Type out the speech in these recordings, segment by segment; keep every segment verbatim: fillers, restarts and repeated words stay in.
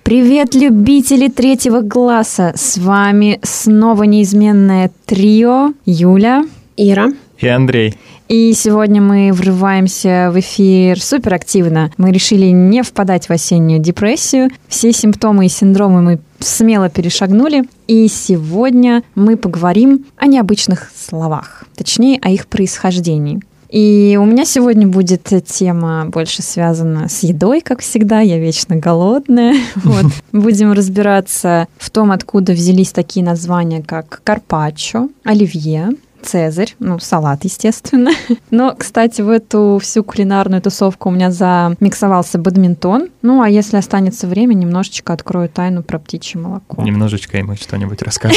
Привет, любители третьего глаза! С вами снова неизменное трио Юля, Ира и Андрей. И сегодня мы врываемся в эфир суперактивно. Мы решили не впадать в осеннюю депрессию. Все симптомы и синдромы мы смело перешагнули. И сегодня мы поговорим о необычных словах, точнее, о их происхождении. И у меня сегодня будет тема больше связана с едой, как всегда. Я вечно голодная. Вот. Будем разбираться в том, откуда взялись такие названия, как карпаччо, оливье, цезарь, ну, салат, естественно. Но, кстати, в эту всю кулинарную тусовку у меня замиксовался бадминтон. Ну, а если останется время, немножечко открою тайну про птичье молоко. Немножечко, и мы что-нибудь расскажем.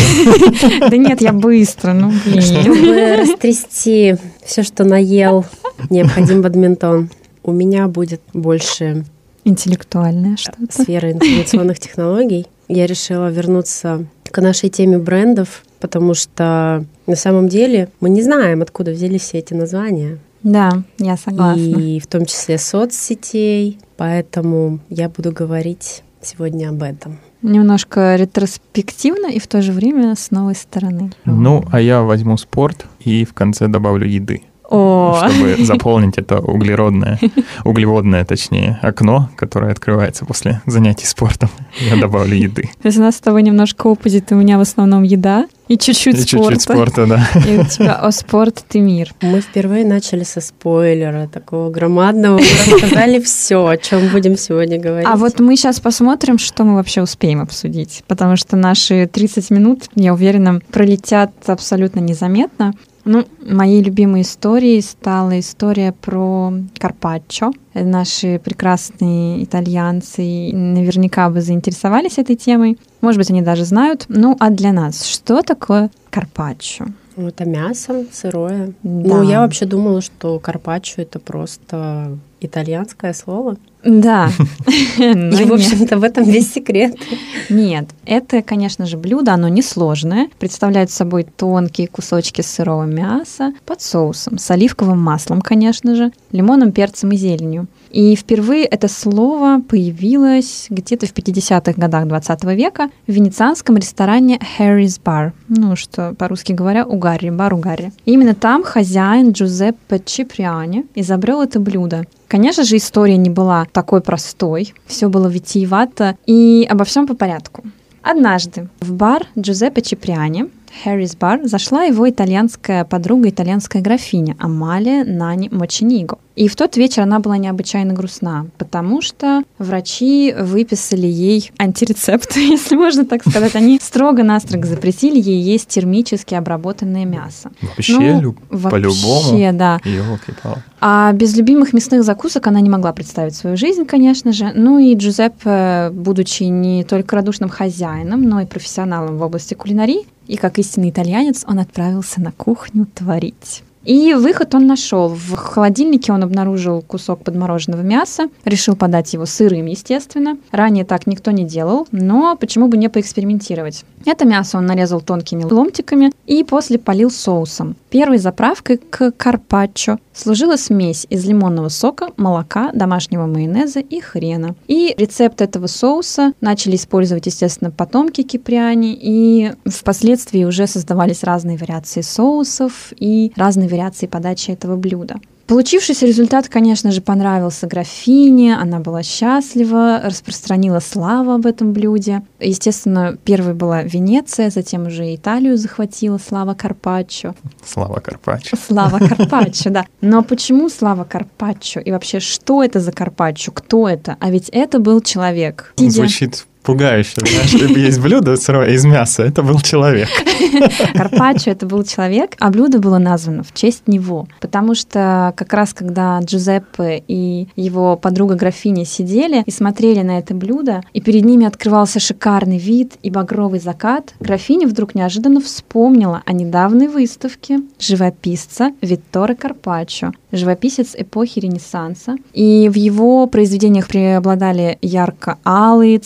Да нет, я быстро, ну, блин. Чтобы растрясти все, что наел, необходим бадминтон. У меня будет больше интеллектуальное что-то. Сфера информационных технологий. Я решила вернуться к нашей теме брендов, потому что на самом деле мы не знаем, откуда взялись все эти названия. Да, я согласна. И в том числе соцсетей, поэтому я буду говорить сегодня об этом. Немножко ретроспективно и в то же время с новой стороны. Ну, а я возьму спорт и в конце добавлю еды. О. Чтобы заполнить это углеродное, углеводное, точнее, окно, которое открывается после занятий спортом. Я добавлю еды. То есть у нас с тобой немножко оппозит, у меня в основном еда и чуть-чуть и спорта. чуть-чуть спорта, да. И у тебя «О, спорт, ты мир». Мы впервые начали со спойлера такого громадного. Мы рассказали все, о чем будем сегодня говорить. А вот мы сейчас посмотрим, что мы вообще успеем обсудить, потому что наши тридцать минут, я уверена, пролетят абсолютно незаметно. Ну, моей любимой историей стала история про карпаччо. Наши прекрасные итальянцы наверняка бы заинтересовались этой темой. Может быть, они даже знают. Ну, а для нас, что такое карпаччо? Ну, это мясо сырое. Да. Ну, я вообще думала, что карпаччо — это просто итальянское слово. Да. И, в общем-то, в этом весь секрет. Нет, это, конечно же, блюдо, оно несложное. Представляет собой тонкие кусочки сырого мяса под соусом, с оливковым маслом, конечно же, лимоном, перцем и зеленью. И впервые это слово появилось где-то в пятидесятых годах двадцатого века в венецианском ресторане Harry's Bar. Ну, что по-русски говоря, у Гарри, бар у Гарри. И именно там хозяин Джузеппе Чиприани изобрел это блюдо. Конечно же, история не была такой простой, все было витиевато, и обо всем по порядку. Однажды в бар Джузеппе Чиприани, Harry's Bar, зашла его итальянская подруга, итальянская графиня Амалия Нани Мочениго. И в тот вечер она была необычайно грустна, потому что врачи выписали ей антирецепт, если можно так сказать. Они строго-настрого запретили ей есть термически обработанное мясо. Вообще, ну, люб... вообще, по-любому? Да. Ёлки-палки. А без любимых мясных закусок она не могла представить свою жизнь, конечно же. Ну и Джузеппе, будучи не только радушным хозяином, но и профессионалом в области кулинарии, и как истинный итальянец, он отправился на кухню творить. И выход он нашел. В холодильнике он обнаружил кусок подмороженного мяса, решил подать его сырым, естественно. Ранее так никто не делал, но почему бы не поэкспериментировать? Это мясо он нарезал тонкими ломтиками и после полил соусом. Первой заправкой к карпаччо служила смесь из лимонного сока, молока, домашнего майонеза и хрена. И рецепт этого соуса начали использовать, естественно, потомки Чиприани, и впоследствии уже создавались разные вариации соусов и разные вариации подачи этого блюда. Получившийся результат, конечно же, понравился графине, она была счастлива, распространила славу об этом блюде. Естественно, первой была Венеция, затем уже Италию захватила слава карпаччо. Слава карпаччо. Слава карпаччо, да. Но почему слава карпаччо? И вообще, что это за карпаччо? Кто это? А ведь это был человек. Звучит пугающе, знаешь, что есть блюдо сырое из мяса, это был человек. Карпаччо — это был человек, а блюдо было названо в честь него. Потому что как раз когда Джузеппе и его подруга графиня сидели и смотрели на это блюдо, и перед ними открывался шикарный вид и багровый закат, графиня вдруг неожиданно вспомнила о недавней выставке живописца Витторе Карпаччо, живописец эпохи Ренессанса. И в его произведениях преобладали ярко-алые цвета,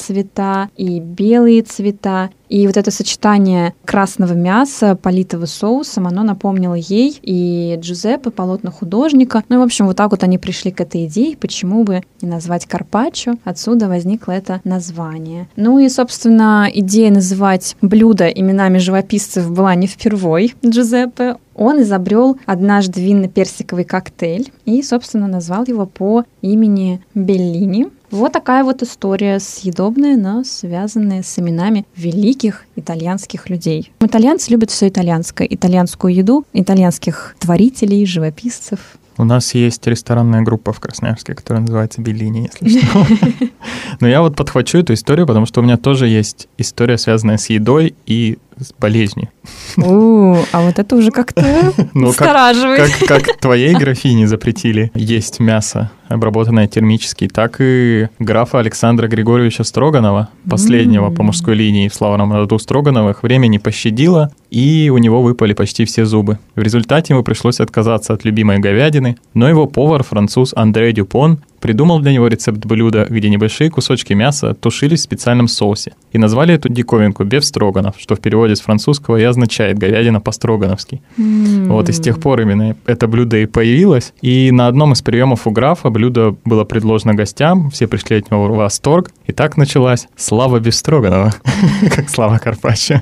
цвета, и белые цвета. И вот это сочетание красного мяса, политого соусом, оно напомнило ей и Джузеппе, полотна художника. Ну и, в общем, вот так вот они пришли к этой идее, почему бы не назвать карпаччо. Отсюда возникло это название. Ну и, собственно, идея называть блюда именами живописцев была не впервой Джузеппе. Он изобрел однажды винно-персиковый коктейль и, собственно, назвал его по имени Беллини. Вот такая вот история съедобная, но связанная с именами великих итальянских людей. Итальянцы любят все итальянское, итальянскую еду, итальянских творителей, живописцев. У нас есть ресторанная группа в Красноярске, которая называется «Беллини», если что. Но я вот подхвачу эту историю, потому что у меня тоже есть история, связанная с едой и с болезнью. У, а вот это уже как-то настораживает. Как, как твоей графине запретили есть мясо, обработанное термически, так и графа Александра Григорьевича Строганова, последнего mm. по мужской линии в славном роду Строгановых, время не пощадило, и у него выпали почти все зубы. В результате ему пришлось отказаться от любимой говядины, но его повар, француз Андре Дюпон, придумал для него рецепт блюда, где небольшие кусочки мяса тушились в специальном соусе. И назвали эту диковинку бефстроганов, что в переводе с французского и означает говядина по-строгановски. Mm. Вот и с тех пор именно это блюдо и появилось. И на одном из приемов у графа блюдо было предложено гостям, все пришли от него в восторг. И так началась слава бефстроганова, как слава карпаччо.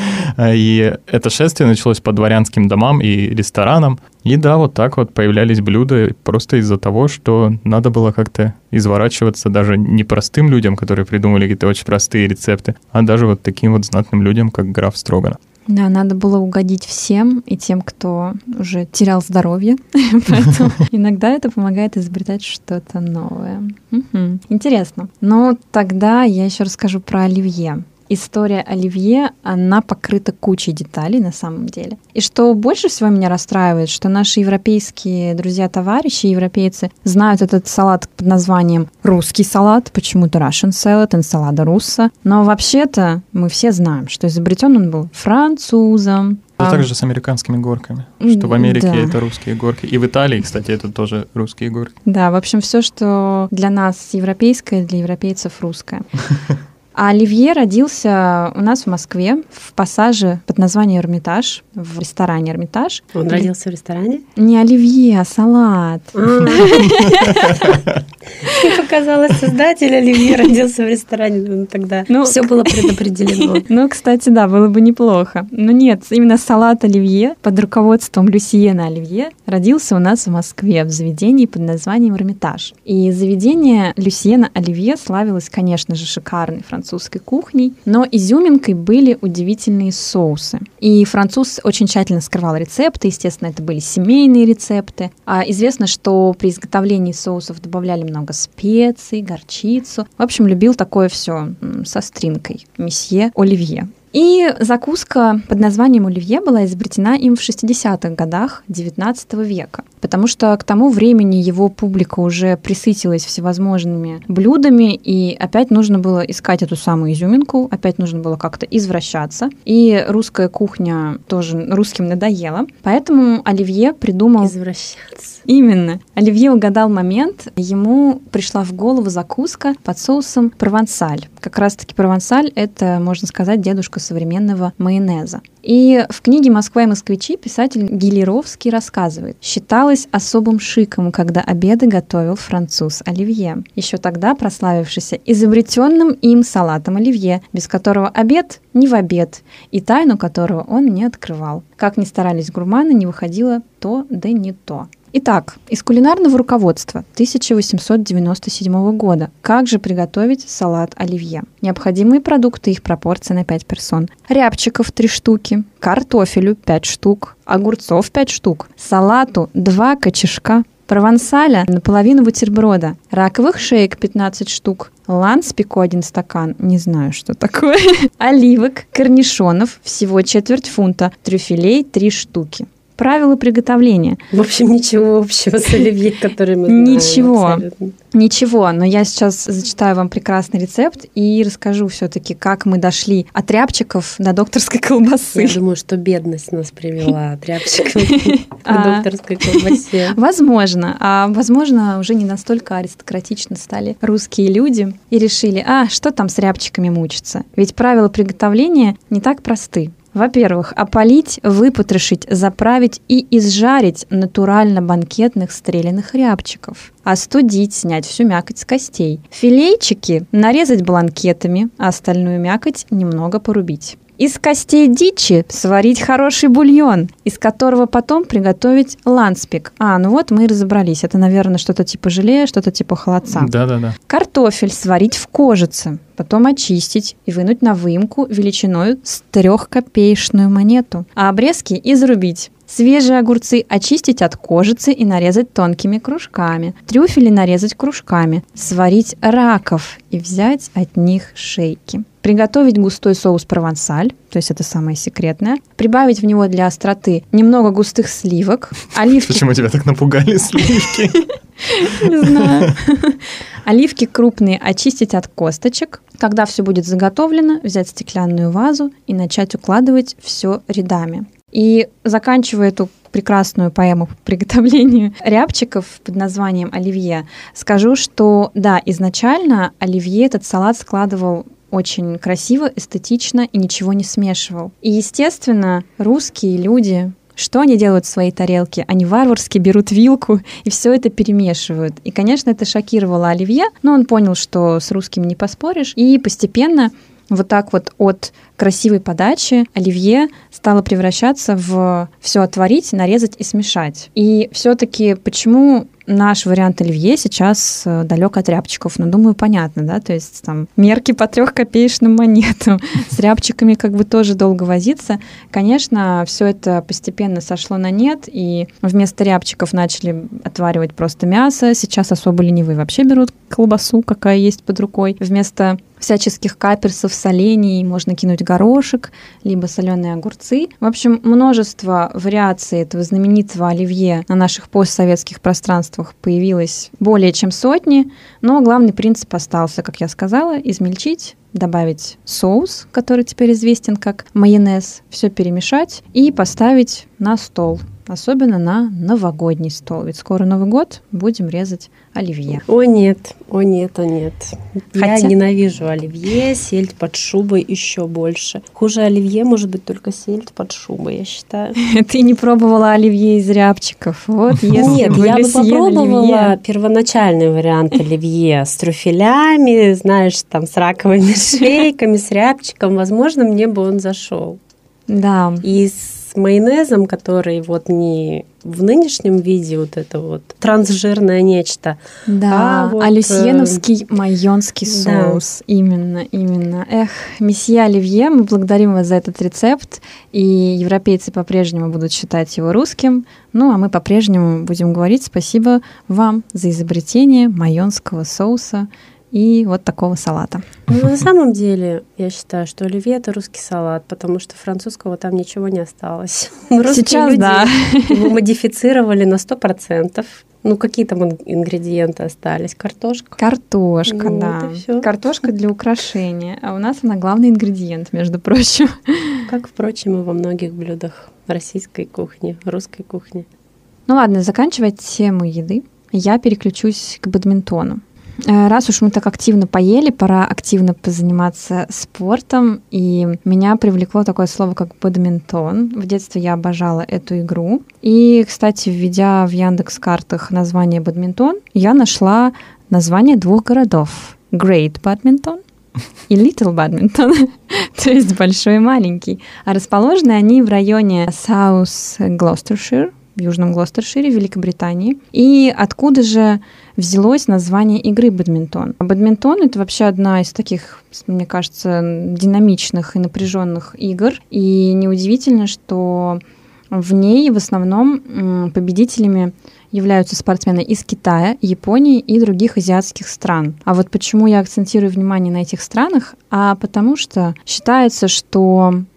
И это шествие началось по дворянским домам и ресторанам. И да, вот так вот появлялись блюда просто из-за того, что надо было как-то изворачиваться даже не простым людям, которые придумали какие-то очень простые рецепты, а даже вот таким вот знатным людям, как граф Строганов. Да, надо было угодить всем и тем, кто уже терял здоровье, поэтому иногда это помогает изобретать что-то новое. Интересно. Но тогда я еще расскажу про оливье. История оливье, она покрыта кучей деталей на самом деле. И что больше всего меня расстраивает, что наши европейские друзья-товарищи, европейцы, знают этот салат под названием русский салат, почему-то Russian salad, энсалада русса. Но вообще-то мы все знаем, что изобретен он был французом. Это так же с американскими горками, что в Америке да. это русские горки. И в Италии, кстати, это тоже русские горки. Да, в общем, все, что для нас европейское, для европейцев русское. А оливье родился у нас в Москве, в пассаже под названием «Эрмитаж», в ресторане «Эрмитаж». Он Или... родился в ресторане? Не оливье, а салат. Мне показалось, создатель оливье родился в ресторане. Тогда все было предопределено. Ну, кстати, да, было бы неплохо. Но нет, именно салат оливье под руководством Люсьена Оливье родился у нас в Москве в заведении под названием «Эрмитаж». И заведение Люсьена Оливье славилось, конечно же, шикарной французской французской кухней, но изюминкой были удивительные соусы. И француз очень тщательно скрывал рецепты, естественно, это были семейные рецепты. А известно, что при изготовлении соусов добавляли много специй, горчицу. В общем, любил такое все со стринкой. Месье Оливье. И закуска под названием оливье была изобретена им в шестидесятых годах девятнадцатого века, потому что к тому времени его публика уже присытилась всевозможными блюдами, и опять нужно было искать эту самую изюминку, опять нужно было как-то извращаться, и русская кухня тоже русским надоела, поэтому Оливье придумал... Извращаться. Именно. Оливье угадал момент, ему пришла в голову закуска под соусом провансаль. Как раз-таки провансаль — это, можно сказать, дедушка современного майонеза. И в книге «Москва и москвичи» писатель Гилеровский рассказывает: считалось особым шиком, когда обеды готовил француз Оливье, еще тогда прославившийся изобретенным им салатом оливье, без которого обед не в обед, и тайну которого он не открывал. Как ни старались гурманы, не выходило то да не то. Итак, из кулинарного руководства тысяча восемьсот девяносто седьмого года. Как же приготовить салат оливье? Необходимые продукты, их пропорция на пять персон. Рябчиков три штуки, картофелю пять штук, огурцов пять штук, салату два кочешка, провансаля наполовину бутерброда, раковых шеек пятнадцать штук, ланспику один стакан, не знаю, что такое, оливок, корнишонов всего четверть фунта, трюфелей три штуки. правила приготовления. В общем, ничего общего с оливье, который мы знаем. Ничего. Абсолютно. Ничего, но я сейчас зачитаю вам прекрасный рецепт и расскажу все-таки, как мы дошли от рябчиков до докторской колбасы. Я думаю, что бедность нас привела от рябчиков к докторской колбасе. Возможно. А возможно, уже не настолько аристократично стали русские люди и решили, а что там с рябчиками мучиться? Ведь правила приготовления не так просты. Во-первых, опалить, выпотрошить, заправить и изжарить натурально банкетных стреляных рябчиков. Остудить, снять всю мякоть с костей. Филейчики нарезать бланкетами, а остальную мякоть немного порубить. Из костей дичи сварить хороший бульон, из которого потом приготовить ланспик. А, ну вот мы и разобрались. Это, наверное, что-то типа желе, что-то типа холодца. Да-да-да. Картофель сварить в кожице, потом очистить и вынуть на выемку величиной с трехкопеечную монету, а обрезки изрубить. Свежие огурцы очистить от кожицы и нарезать тонкими кружками. Трюфели нарезать кружками. Сварить раков и взять от них шейки. Приготовить густой соус провансаль, то есть это самое секретное. Прибавить в него для остроты немного густых сливок. Оливки... Почему тебя так напугали сливки? Не знаю. Оливки крупные очистить от косточек. Когда все будет заготовлено, взять стеклянную вазу и начать укладывать все рядами. И заканчивая эту прекрасную поэму по приготовлению рябчиков под названием оливье, скажу, что да, изначально оливье этот салат складывал очень красиво, эстетично и ничего не смешивал. И, естественно, русские люди, что они делают в своей тарелке? Они варварски берут вилку и все это перемешивают. И, конечно, это шокировало Оливье, но он понял, что с русским не поспоришь, и постепенно вот так вот от красивой подачи оливье стало превращаться в все отварить, нарезать и смешать. И все-таки почему наш вариант оливье сейчас далек от рябчиков? Ну, думаю, понятно, да? То есть там мерки по трехкопеечным монетам. С рябчиками как бы тоже долго возиться. Конечно, все это постепенно сошло на нет, и вместо рябчиков начали отваривать просто мясо. Сейчас особо ленивые вообще берут колбасу, какая есть под рукой. Вместо всяческих каперсов, солений можно кинуть горошек, либо соленые огурцы. В общем, множество вариаций этого знаменитого оливье на наших постсоветских пространствах появилось более чем сотни, но главный принцип остался, как я сказала, измельчить, добавить соус, который теперь известен как майонез, все перемешать и поставить на стол. Особенно на новогодний стол. Ведь скоро Новый год, будем резать оливье. О нет, о нет, о нет. Хотя... Я ненавижу оливье, сельдь под шубой еще больше. Хуже оливье может быть только сельдь под шубой, я считаю. Ты не пробовала оливье из рябчиков? Вот, если нет, бы я бы попробовала оливье. Первоначальный вариант оливье с трюфелями, знаешь, там с раковыми шейками, с рябчиком. Возможно, мне бы он зашел. Да. И с майонезом, который вот не в нынешнем виде вот это вот трансжирное нечто. Да, а вот, алюсьеновский майонский соус. Да. Именно, именно. Эх, месье Оливье, мы благодарим вас за этот рецепт, и европейцы по-прежнему будут считать его русским, ну а мы по-прежнему будем говорить спасибо вам за изобретение майонского соуса и вот такого салата. Ну, на самом деле, я считаю, что оливье — это русский салат, потому что французского там ничего не осталось. Русские Сейчас, люди да. его модифицировали на сто процентов. Ну, какие там ингредиенты остались? Картошка? Картошка, ну, да. Картошка для украшения. А у нас она главный ингредиент, между прочим. Как, впрочем, и во многих блюдах российской кухни, русской кухни. Ну ладно, заканчивая тему еды, я переключусь к бадминтону. Раз уж мы так активно поели, пора активно позаниматься спортом, и меня привлекло такое слово, как бадминтон. В детстве я обожала эту игру. И, кстати, введя в Яндекс.Картах название бадминтон, я нашла название двух городов. Great Badminton и Little Badminton, то есть большой и маленький. А расположены они в районе South Gloucestershire, в Южном Глостершире, в Великобритании. И откуда же взялось название игры бадминтон? Бадминтон — это вообще одна из таких, мне кажется, динамичных и напряженных игр. И неудивительно, что в ней в основном победителями являются спортсмены из Китая, Японии и других азиатских стран. А вот почему я акцентирую внимание на этих странах? А потому что считается, что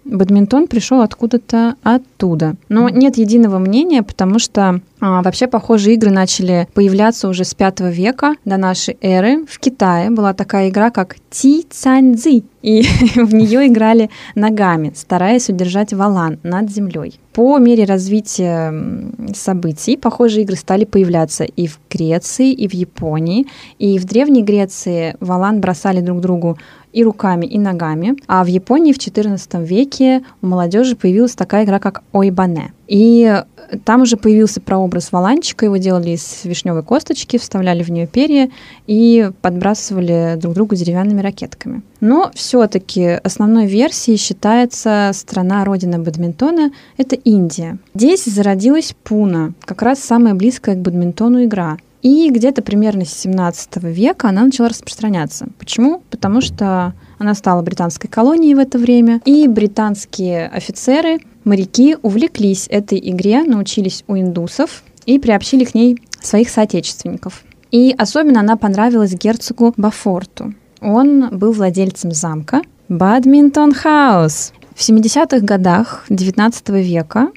бадминтон пришел откуда-то оттуда. Но нет единого мнения, потому что а, вообще похожие игры начали появляться уже с пятого века до нашей эры. В Китае была такая игра, как Ти Цань Цзи, и в нее играли ногами, стараясь удержать валан над землей. По мере развития событий похожие игры стали появляться и в Греции, и в Японии. И в Древней Греции валан бросали друг другу и руками, и ногами. А в Японии в четырнадцатом веке у молодежи появилась такая игра, как ойбане. И там уже появился прообраз валанчика, его делали из вишневой косточки, вставляли в нее перья и подбрасывали друг другу деревянными ракетками. Но все-таки основной версией считается страна-родина бадминтона — это Индия. Здесь зародилась пуна, как раз самая близкая к бадминтону игра. И где-то примерно с семнадцатого века она начала распространяться. Почему? Потому что она стала британской колонией в это время, и британские офицеры, моряки увлеклись этой игре, научились у индусов и приобщили к ней своих соотечественников. И особенно она понравилась герцогу Бофорту. Он был владельцем замка Бадминтон Хаус. В семидесятых годах девятнадцатого века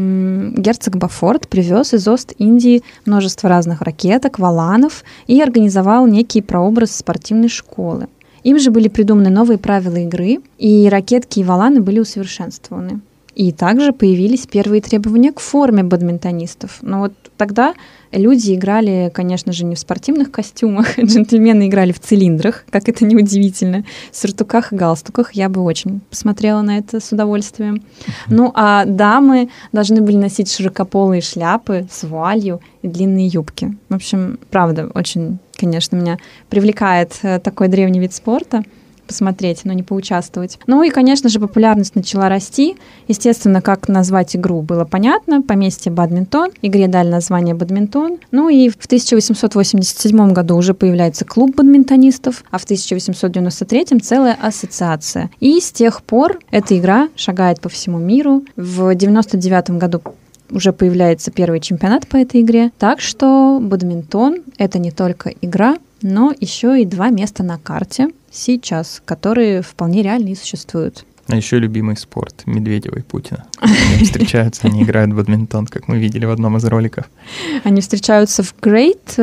герцог Бофорт привез из Ост-Индии множество разных ракеток, валанов и организовал некий прообраз спортивной школы. Им же были придуманы новые правила игры, и ракетки и валаны были усовершенствованы. И также появились первые требования к форме бадминтонистов. Но вот тогда люди играли, конечно же, не в спортивных костюмах, джентльмены играли в цилиндрах, как это ни удивительно, в сюртуках и галстуках. Я бы очень посмотрела на это с удовольствием. Ну, а дамы должны были носить широкополые шляпы с вуалью и длинные юбки. В общем, правда, очень, конечно, меня привлекает такой древний вид спорта. Посмотреть, но не поучаствовать. Ну и, конечно же, популярность начала расти. Естественно, как назвать игру было понятно. Поместье бадминтон. Игре дали название бадминтон. Ну и в тысяча восемьсот восемьдесят седьмом году уже появляется клуб бадминтонистов, а в тысяча восемьсот девяносто третьем целая ассоциация. И с тех пор эта игра шагает по всему миру. В девяносто девятом году уже появляется первый чемпионат по этой игре. Так что бадминтон — это не только игра, но еще и два места на карте сейчас, которые вполне реально и существуют. А еще любимый спорт Медведева и Путина. Они встречаются, они играют в бадминтон, как мы видели в одном из роликов. Они встречаются в Great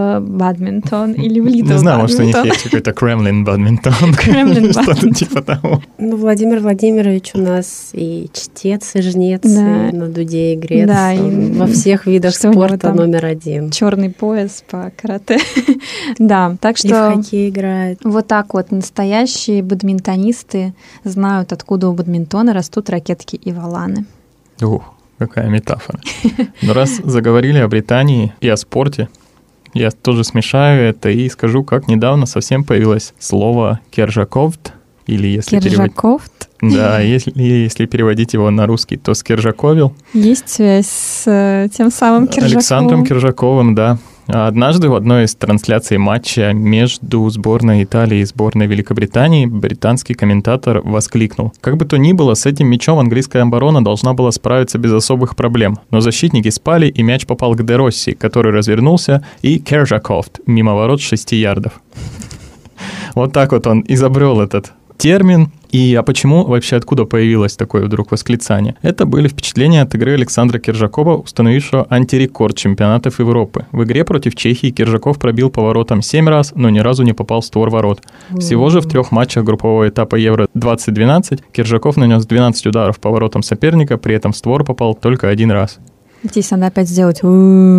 Badminton или в Little Badminton. Не знаю, может, у них есть какой-то Кремлин Badminton. Кремлин Что-то типа того. Ну, Владимир Владимирович у нас и чтец, и жнец, да. И на дуде игрец. Да, и во всех видах спорта номер один. Черный пояс по карате. Да, так что... И в хоккей играет. Вот так вот настоящие бадминтонисты знают, откуда у бадминтона растут ракетки и валаны. Ух, какая метафора. Но раз заговорили о Британии и о спорте, я тоже смешаю это и скажу, как недавно совсем появилось слово «кержаковт», или если Кержаковт? Перевод... Да, если, если переводить его на русский, то «скержаковил». Есть связь с тем самым Кержаковым? Александром Кержаковым, да. Однажды в одной из трансляций матча между сборной Италии и сборной Великобритании британский комментатор воскликнул: «Как бы то ни было, с этим мячом английская оборона должна была справиться без особых проблем. Но защитники спали, и мяч попал к Де Росси, который развернулся, и Кержаковт мимо ворот с шести ярдов». Вот так вот он изобрел этот термин. И а почему вообще, откуда появилось такое вдруг восклицание? Это были впечатления от игры Александра Кержакова, установившего антирекорд чемпионатов Европы. В игре против Чехии Кержаков пробил по воротам семь раз, но ни разу не попал в створ ворот. Всего же в трех матчах группового этапа Евро двадцать двенадцать Кержаков нанес двенадцать ударов по воротам соперника, при этом в створ попал только один раз. Здесь надо опять сделать. И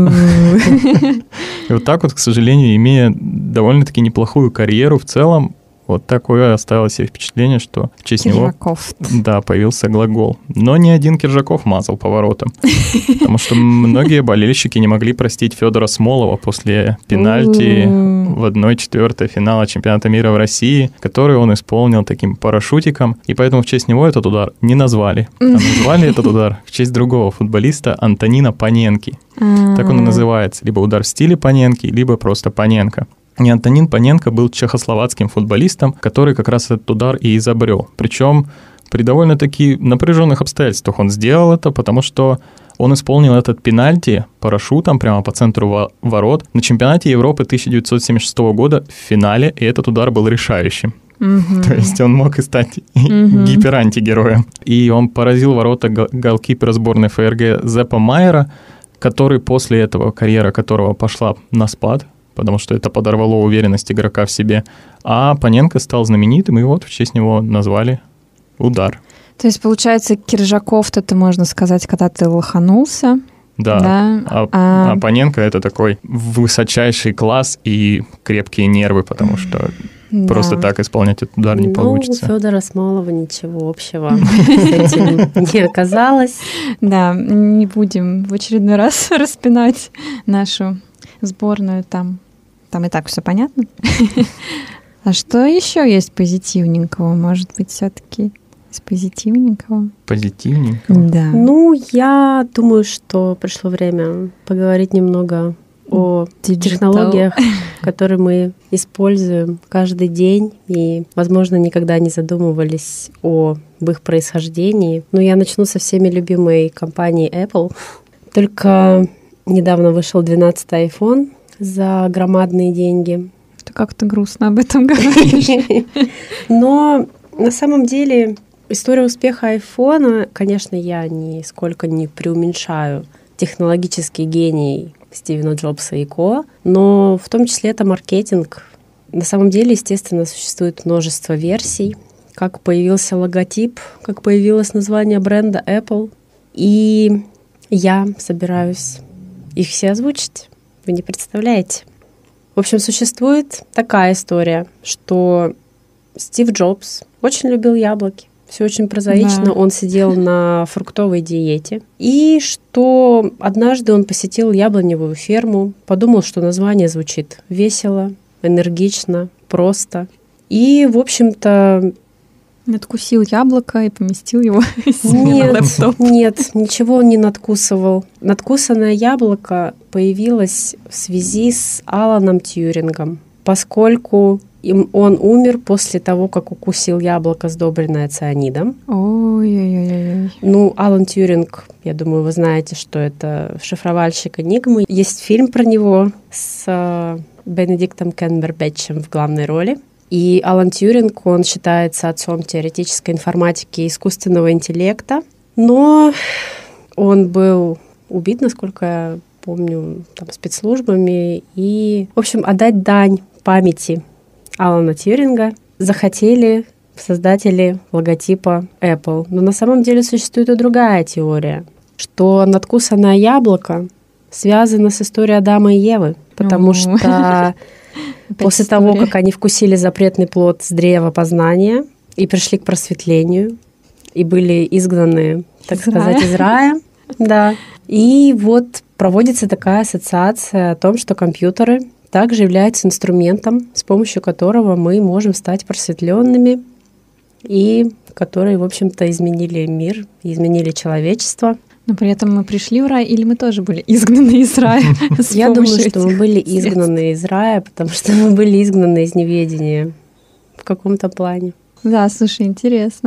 вот так вот, к сожалению, имея довольно-таки неплохую карьеру в целом, вот такое осталось себе впечатление, что в честь Кержаков. него да, появился глагол. Но ни один Кержаков мазал по воротам. Потому что многие болельщики не могли простить Федора Смолова после пенальти в одной четвертой финала чемпионата мира в России, который он исполнил таким парашютиком. И поэтому в честь него этот удар не назвали. А назвали этот удар в честь другого футболиста Антонина Паненки. Так он и называется. Либо удар в стиле Паненки, либо просто Паненка. И Антонин Паненко был чехословацким футболистом, который как раз этот удар и изобрел. Причем при довольно-таки напряженных обстоятельствах он сделал это, потому что он исполнил этот пенальти парашютом прямо по центру ворот на чемпионате Европы тысяча девятьсот семьдесят шестого года в финале, и этот удар был решающим. Мгм. То есть он мог и стать Мгм. гиперантигероем. И он поразил ворота гол- голкипера сборной ФРГ Зеппа Майера, который после этого, карьера которого пошла на спад, потому что это подорвало уверенность игрока в себе. А Паненко стал знаменитым, и вот в честь него назвали «Удар». То есть, получается, Киржаков-то, ты, можно сказать, когда ты лоханулся. Да, Да, а, а- а Паненко — это такой высочайший класс и крепкие нервы, потому что просто Да. так исполнять этот удар не Ну, получится. у Федора Смолова ничего общего с этим не оказалось. Да, не будем в очередной раз распинать нашу сборную там. Там и так все понятно. А что еще есть позитивненького? Может быть, все-таки из позитивненького? Позитивненько. Да. Ну, я думаю, что пришло время поговорить немного о Digital. технологиях, которые мы используем каждый день и, возможно, никогда не задумывались об их происхождении. Но я начну со всеми любимой компанией Apple. Только недавно вышел двенадцатый iPhone за громадные деньги. Ты как-то грустно об этом говоришь. Но на самом деле история успеха айфона, конечно, я нисколько не преуменьшаю технологический гений Стивена Джобса и ко, но в том числе это маркетинг. На самом деле, естественно, существует множество версий, как появился логотип, как появилось название бренда Apple. И я собираюсь их все озвучить. Вы не представляете. В общем, существует такая история, что Стив Джобс очень любил яблоки. Все очень прозаично. Да. Он сидел на фруктовой диете. И что однажды он посетил яблоневую ферму, подумал, что название звучит весело, энергично, просто. И, в общем-то... Надкусил яблоко и поместил его себе на Нет, лэптоп. нет, ничего он не надкусывал. Надкусанное яблоко появилось в связи с Аланом Тьюрингом, поскольку им он умер после того, как укусил яблоко, сдобренное цианидом. Ой-ой-ой. Ну, Алан Тьюринг, я думаю, вы знаете, что это шифровальщик Энигмы. Есть фильм про него с э, Бенедиктом Камбербэтчем в главной роли. И Алан Тьюринг, он считается отцом теоретической информатики и искусственного интеллекта, но он был убит, насколько я помню, там, спецслужбами. И, в общем, отдать дань памяти Алана Тьюринга захотели создатели логотипа Apple. Но на самом деле существует и другая теория, что надкусанное яблоко связано с историей Адама и Евы, потому О. что после история. того, как они вкусили запретный плод с древа познания и пришли к просветлению, и были изгнаны, так Из сказать, рая. из рая, да. И вот проводится такая ассоциация о том, что компьютеры также являются инструментом, с помощью которого мы можем стать просветленными, и которые, в общем-то, изменили мир, изменили человечество. Но при этом мы пришли в рай, или мы тоже были изгнаны из рая? с Я думаю, помощью что мы этих были средств? изгнаны из рая, потому что мы были изгнаны из неведения в каком-то плане. Да, слушай, интересно.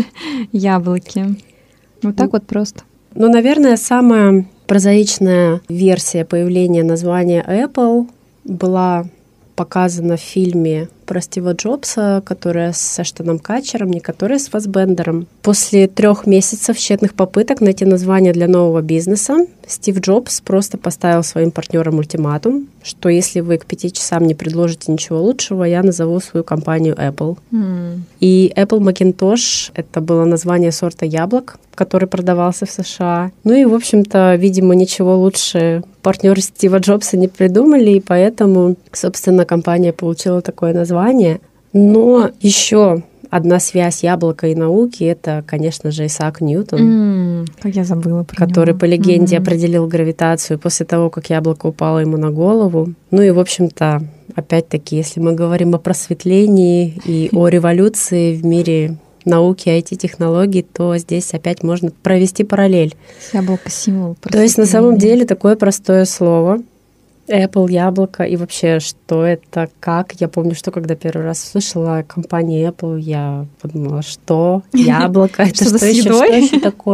Яблоки. Вот так вот просто. Ну, наверное, самая прозаичная версия появления названия Apple была показана в фильме про Стива Джобса, которая с Эштоном Катчером, не которая с Фассбендером. После трех месяцев тщетных попыток найти название для нового бизнеса, Стив Джобс просто поставил своим партнерам ультиматум, что если вы к пяти часам не предложите ничего лучшего, я назову свою компанию Apple. М. И Apple Macintosh — это было название сорта яблок, который продавался в США. Ну и, в общем-то, видимо, ничего лучше партнеры Стива Джобса не придумали, и поэтому, собственно, компания получила такое название. Но еще одна связь яблока и науки — это, конечно же, Исаак Ньютон, М, Как я забыла про который, него. по легенде, Мгм. определил гравитацию после того, как яблоко упало ему на голову. Ну и, в общем-то, опять-таки, если мы говорим о просветлении и о революции в мире науки, ай ти-технологий, то здесь опять можно провести параллель. Яблоко символ. То есть на самом просветления. деле такое простое слово Apple, яблоко, и вообще, что это, как. Я помню, что когда первый раз услышала о компании Apple, я подумала, что яблоко, это Что-то что с еще, едой? что еще такое?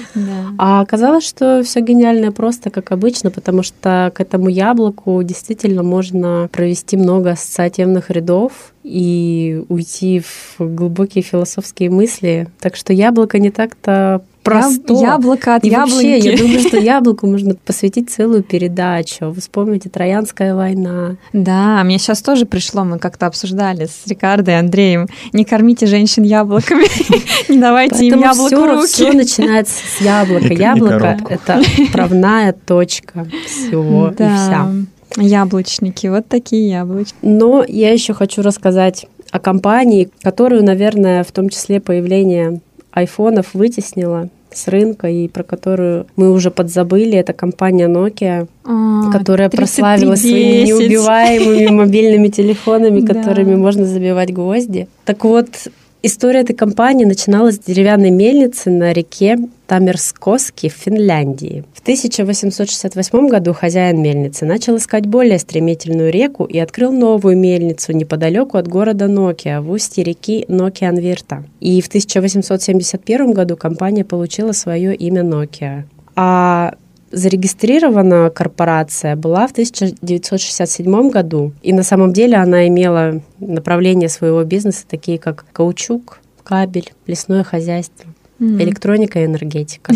Да. А оказалось, что все гениальное просто, как обычно, потому что к этому яблоку действительно можно провести много ассоциативных рядов и уйти в глубокие философские мысли. Так что яблоко не так-то просто. Яблоко от и яблоньки. Вообще, я думаю, что яблоку можно посвятить целую передачу. Вы вспомните «Троянская война». Да, мне сейчас тоже пришло, мы как-то обсуждали с Рикардо и Андреем. Не кормите женщин яблоками, не давайте им яблоко в руки. Все начинается с яблока. Яблоко — это отправная точка всего и вся. Яблочники, вот такие яблочки. Но я еще хочу рассказать о компании, которую, наверное, в том числе появление айфонов вытеснила с рынка и про которую мы уже подзабыли. Это компания Nokia, а, которая прославилась своими неубиваемыми мобильными телефонами, которыми можно забивать гвозди. Так вот, история этой компании начиналась с деревянной мельницы на реке Тамерскоски в Финляндии. В тысяча восемьсот шестьдесят восьмом году хозяин мельницы начал искать более стремительную реку и открыл новую мельницу неподалеку от города Нокия в устье реки Нокианвирта. И в тысяча восемьсот семьдесят первом году компания получила свое имя Nokia. А зарегистрирована корпорация была в тысяча девятьсот шестьдесят седьмом году, и на самом деле она имела направления своего бизнеса, такие как каучук, кабель, лесное хозяйство, mm-hmm. электроника и энергетика.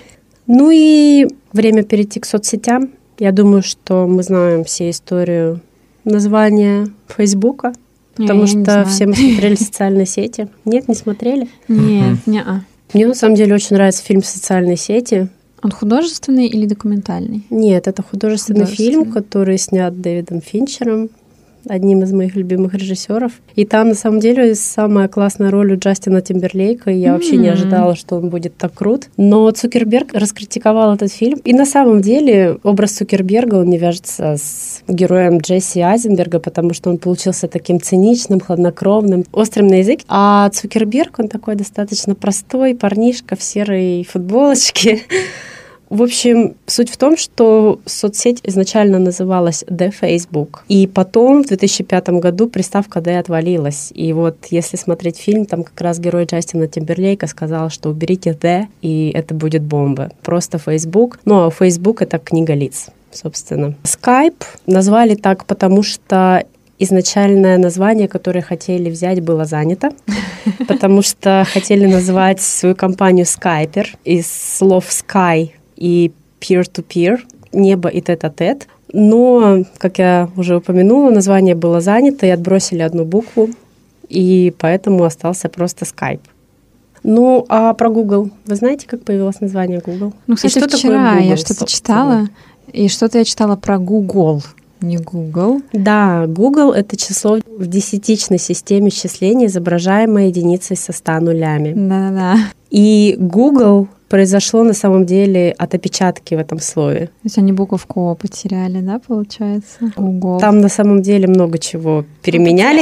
Ну и время перейти к соцсетям. Я думаю, что мы знаем все историю названия Фейсбука, потому я что все мы смотрели социальные сети. Нет, не смотрели? Нет, не-а. Мне на самом деле очень нравится фильм «Социальные сети». Он художественный или документальный? Нет, это художественный, художественный фильм, который снят Дэвидом Финчером, одним из моих любимых режиссеров. И там, на самом деле, самая классная роль у Джастина Тимберлейка, и я mm-hmm. вообще не ожидала, что он будет так крут. Но Цукерберг раскритиковал этот фильм. И на самом деле образ Цукерберга, он не вяжется с героем Джесси Айзенберга, потому что он получился таким циничным, хладнокровным, острым на язык. А Цукерберг, он такой достаточно простой парнишка в серой футболочке. В общем, суть в том, что соцсеть изначально называлась The Facebook, и потом в две тысячи пятом году приставка D отвалилась. И вот если смотреть фильм, там как раз герой Джастина Тимберлейка сказал, что уберите D, и это будет бомба. Просто Facebook. Ну, а Facebook — это книга лиц, собственно. Skype назвали так, потому что изначальное название, которое хотели взять, было занято, потому что хотели назвать свою компанию Skyper из слов Sky и peer-to-peer, небо и тет-а-тет. Но, как я уже упомянула, название было занято, и отбросили одну букву, и поэтому остался просто Skype. Ну, а про Google? Вы знаете, как появилось название Google? Ну, кстати, что вчера такое Google, я что-то читала, и что-то я читала про Google. Не Google. Да, Google — это число в десятичной системе счисления, изображаемое единицей со ста нулями. Да-да-да. И Google произошло на самом деле от опечатки в этом слове. То есть они буковку О потеряли, да, получается? Google. Там на самом деле много чего переменяли.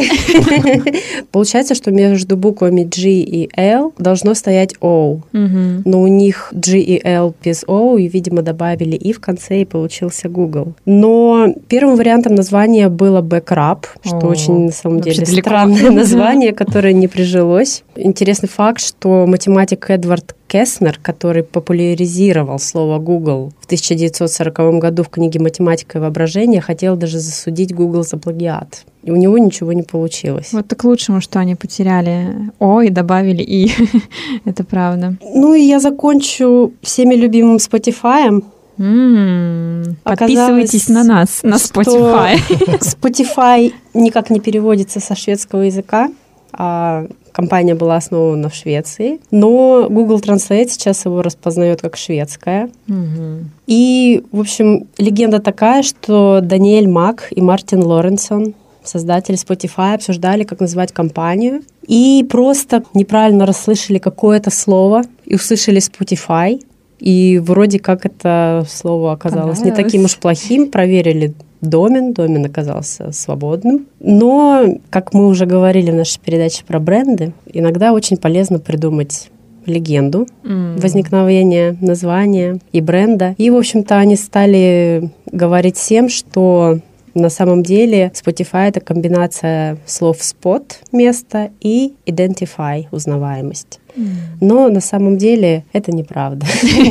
Получается, что между буквами G и L должно стоять O. Но у них G и L без O, и, видимо, добавили И в конце, и получился Google. Но первым вариантом названия было Backrub, что очень, на самом деле, странное название, которое не прижилось. Интересный факт, что математик Эдвард Кеснер, который популяризировал слово Google в тысяча девятьсот сороковом году в книге «Математика и воображение», хотел даже засудить Google за плагиат. И у него ничего не получилось. Вот так к лучшему, что они потеряли О и добавили И. Это правда. Ну и я закончу всеми любимым Spotify. Mm, подписывайтесь на нас, на Spotify. Spotify никак не переводится со шведского языка, а компания была основана в Швеции, но Google Translate сейчас его распознает как шведское. Mm-hmm. И, в общем, легенда такая, что Даниэль Мак и Мартин Лоренсон, создатели Spotify, обсуждали, как назвать компанию, и просто неправильно расслышали какое-то слово и услышали Spotify. И вроде как это слово оказалось не таким уж плохим, проверили домен, домен оказался свободным. Но, как мы уже говорили в нашей передаче про бренды, иногда очень полезно придумать легенду mm. возникновения названия и бренда. И, в общем-то, они стали говорить всем, что На самом деле Spotify — это комбинация слов spot — место и identify — узнаваемость. Но на самом деле это неправда.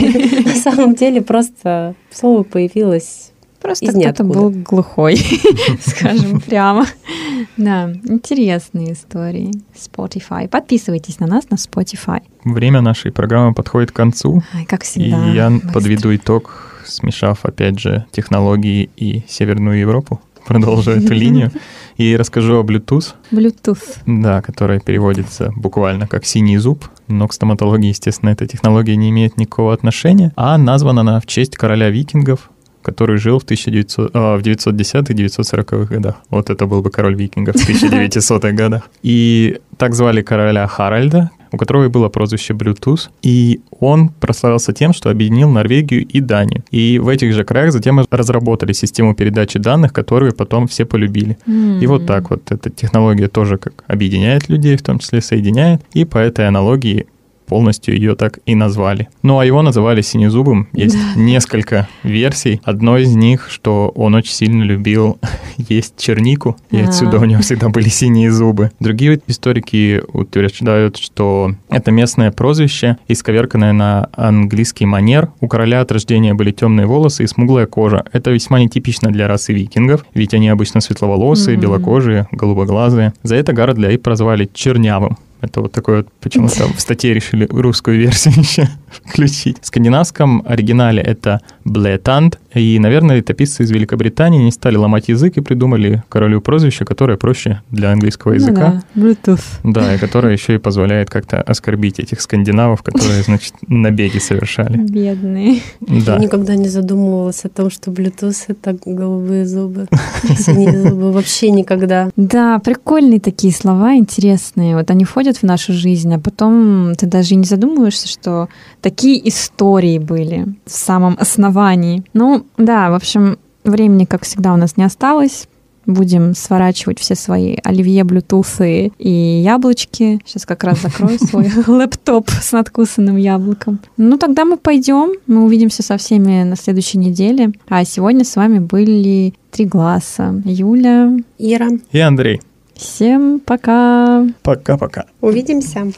На самом деле просто слово появилось Просто из кто-то ниоткуда. был глухой, скажем прямо. Да, интересные истории. Spotify. Подписывайтесь на нас на Spotify. Время нашей программы подходит к концу. Ай, как И всегда. я быстро. подведу итог, смешав, опять же, технологии и Северную Европу. Продолжу эту линию. И расскажу о Bluetooth. Bluetooth. Да, которая переводится буквально как «синий зуб», но к стоматологии, естественно, эта технология не имеет никакого отношения, а названа она в честь короля викингов, который жил в, тысяча девятисотых, а, в девятьсот десятых — девятьсот сороковых годах. Вот это был бы король викингов в тысяча девятисотых годах. И так звали короля Харальда, у которого и было прозвище Bluetooth, и он прославился тем, что объединил Норвегию и Данию. И в этих же краях затем разработали систему передачи данных, которую потом все полюбили. Mm-hmm. И вот так вот эта технология тоже как объединяет людей, в том числе соединяет, и по этой аналогии полностью ее так и назвали. Ну, а его называли синезубым. Есть да. несколько версий. Одной из них, что он очень сильно любил есть чернику, и А-а-а. отсюда у него всегда были синие зубы. Другие историки утверждают, что это местное прозвище, исковерканное на английский манер. У короля от рождения были темные волосы и смуглая кожа. Это весьма нетипично для расы викингов, ведь они обычно светловолосые, mm-hmm. белокожие, голубоглазые. За это Гарольда и прозвали чернявым. Это вот такой вот, почему-то в статье решили русскую версию еще включить. В скандинавском оригинале это Блетанд, и, наверное, летописцы из Великобритании не стали ломать язык и придумали королю прозвище, которое проще для английского языка. Ну да, Bluetooth. Да, и которое еще и позволяет как-то оскорбить этих скандинавов, которые, значит, набеги совершали. Бедные. Да. Я никогда не задумывалась о том, что Bluetooth — это голубые зубы, синие зубы. Вообще никогда. Да, прикольные такие слова, интересные. Вот они входят в нашу жизнь, а потом ты даже не задумываешься, что такие истории были в самом основании. Ну, да, в общем, времени, как всегда, у нас не осталось. Будем сворачивать все свои оливье, блютусы и яблочки. Сейчас как раз закрою свой лэптоп с надкусанным яблоком. Ну, тогда мы пойдем. Мы увидимся со всеми на следующей неделе. А сегодня с вами были Три Гласа. Юля, Ира и Андрей. Всем пока. Пока-пока. Увидимся.